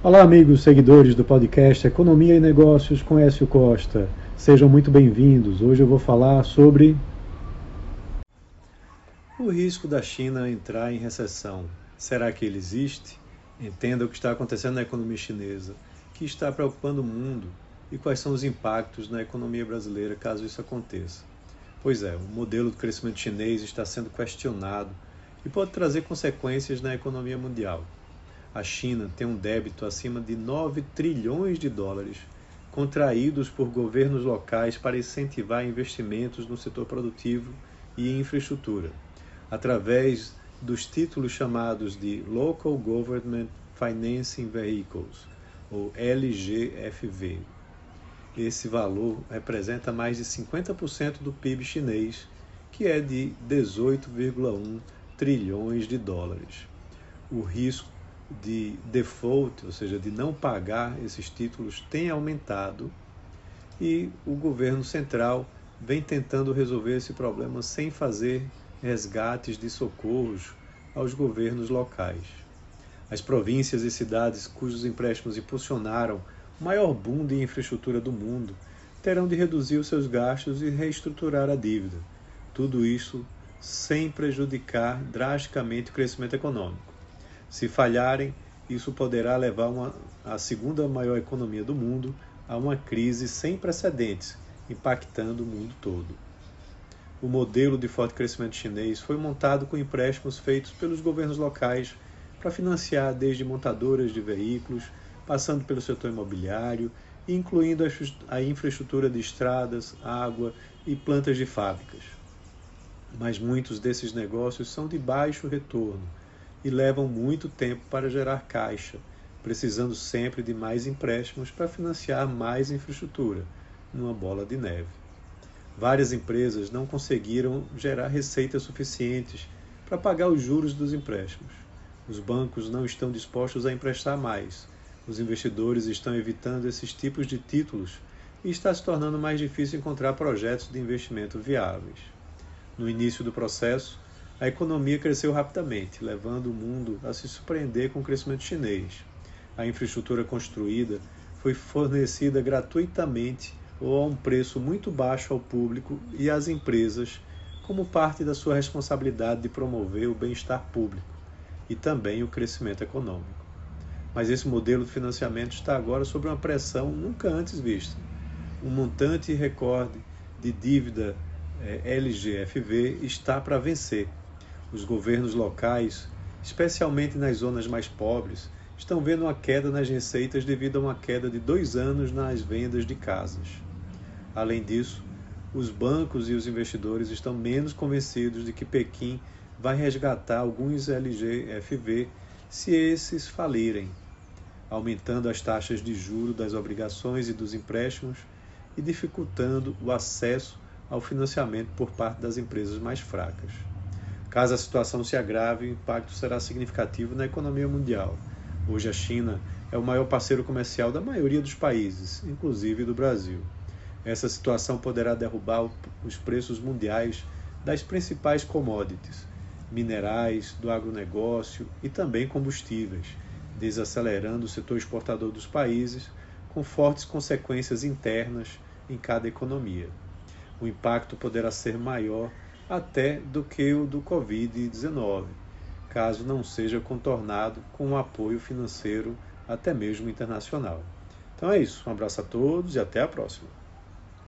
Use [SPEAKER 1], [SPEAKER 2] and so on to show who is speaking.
[SPEAKER 1] Olá, amigos seguidores do podcast Economia e Negócios com Écio Costa. Sejam muito bem-vindos. Hoje eu vou falar sobre o risco da China entrar em recessão. Será que ele existe? Entenda o que está acontecendo na economia chinesa, que está preocupando o mundo, e quais são os impactos na economia brasileira caso isso aconteça. Pois é, o modelo de crescimento chinês está sendo questionado e pode trazer consequências na economia mundial. A China tem um débito acima de 9 trilhões de dólares, contraídos por governos locais para incentivar investimentos no setor produtivo e em infraestrutura, através dos títulos chamados de Local Government Financing Vehicles, ou LGFV. Esse valor representa mais de 50% do PIB chinês, que é de 18,1 trilhões de dólares. O risco de default, ou seja, de não pagar esses títulos, tem aumentado e o governo central vem tentando resolver esse problema sem fazer resgates de socorros aos governos locais. As províncias e cidades cujos empréstimos impulsionaram o maior boom de infraestrutura do mundo terão de reduzir os seus gastos e reestruturar a dívida. Tudo isso sem prejudicar drasticamente o crescimento econômico. Se falharem, isso poderá levar a segunda maior economia do mundo a uma crise sem precedentes, impactando o mundo todo. O modelo de forte crescimento chinês foi montado com empréstimos feitos pelos governos locais para financiar desde montadoras de veículos, passando pelo setor imobiliário, incluindo a infraestrutura de estradas, água e plantas de fábricas. Mas muitos desses negócios são de baixo retorno e levam muito tempo para gerar caixa, precisando sempre de mais empréstimos para financiar mais infraestrutura, numa bola de neve. Várias empresas não conseguiram gerar receitas suficientes para pagar os juros dos empréstimos. Os bancos não estão dispostos a emprestar mais. Os investidores estão evitando esses tipos de títulos e está se tornando mais difícil encontrar projetos de investimento viáveis. No início do processo, a economia cresceu rapidamente, levando o mundo a se surpreender com o crescimento chinês. A infraestrutura construída foi fornecida gratuitamente ou a um preço muito baixo ao público e às empresas, como parte da sua responsabilidade de promover o bem-estar público e também o crescimento econômico. Mas esse modelo de financiamento está agora sob uma pressão nunca antes vista. Um montante recorde de dívida LGFV está para vencer. Os governos locais, especialmente nas zonas mais pobres, estão vendo uma queda nas receitas devido a uma queda de 2 anos nas vendas de casas. Além disso, os bancos e os investidores estão menos convencidos de que Pequim vai resgatar alguns LGFV se esses falirem, aumentando as taxas de juros das obrigações e dos empréstimos e dificultando o acesso ao financiamento por parte das empresas mais fracas. Caso a situação se agrave, o impacto será significativo na economia mundial. Hoje a China é o maior parceiro comercial da maioria dos países, inclusive do Brasil. Essa situação poderá derrubar os preços mundiais das principais commodities, minerais, do agronegócio e também combustíveis, desacelerando o setor exportador dos países, com fortes consequências internas em cada economia. O impacto poderá ser maior até do que o do Covid-19, caso não seja contornado com um apoio financeiro até mesmo internacional. Então é isso, um abraço a todos e até a próxima.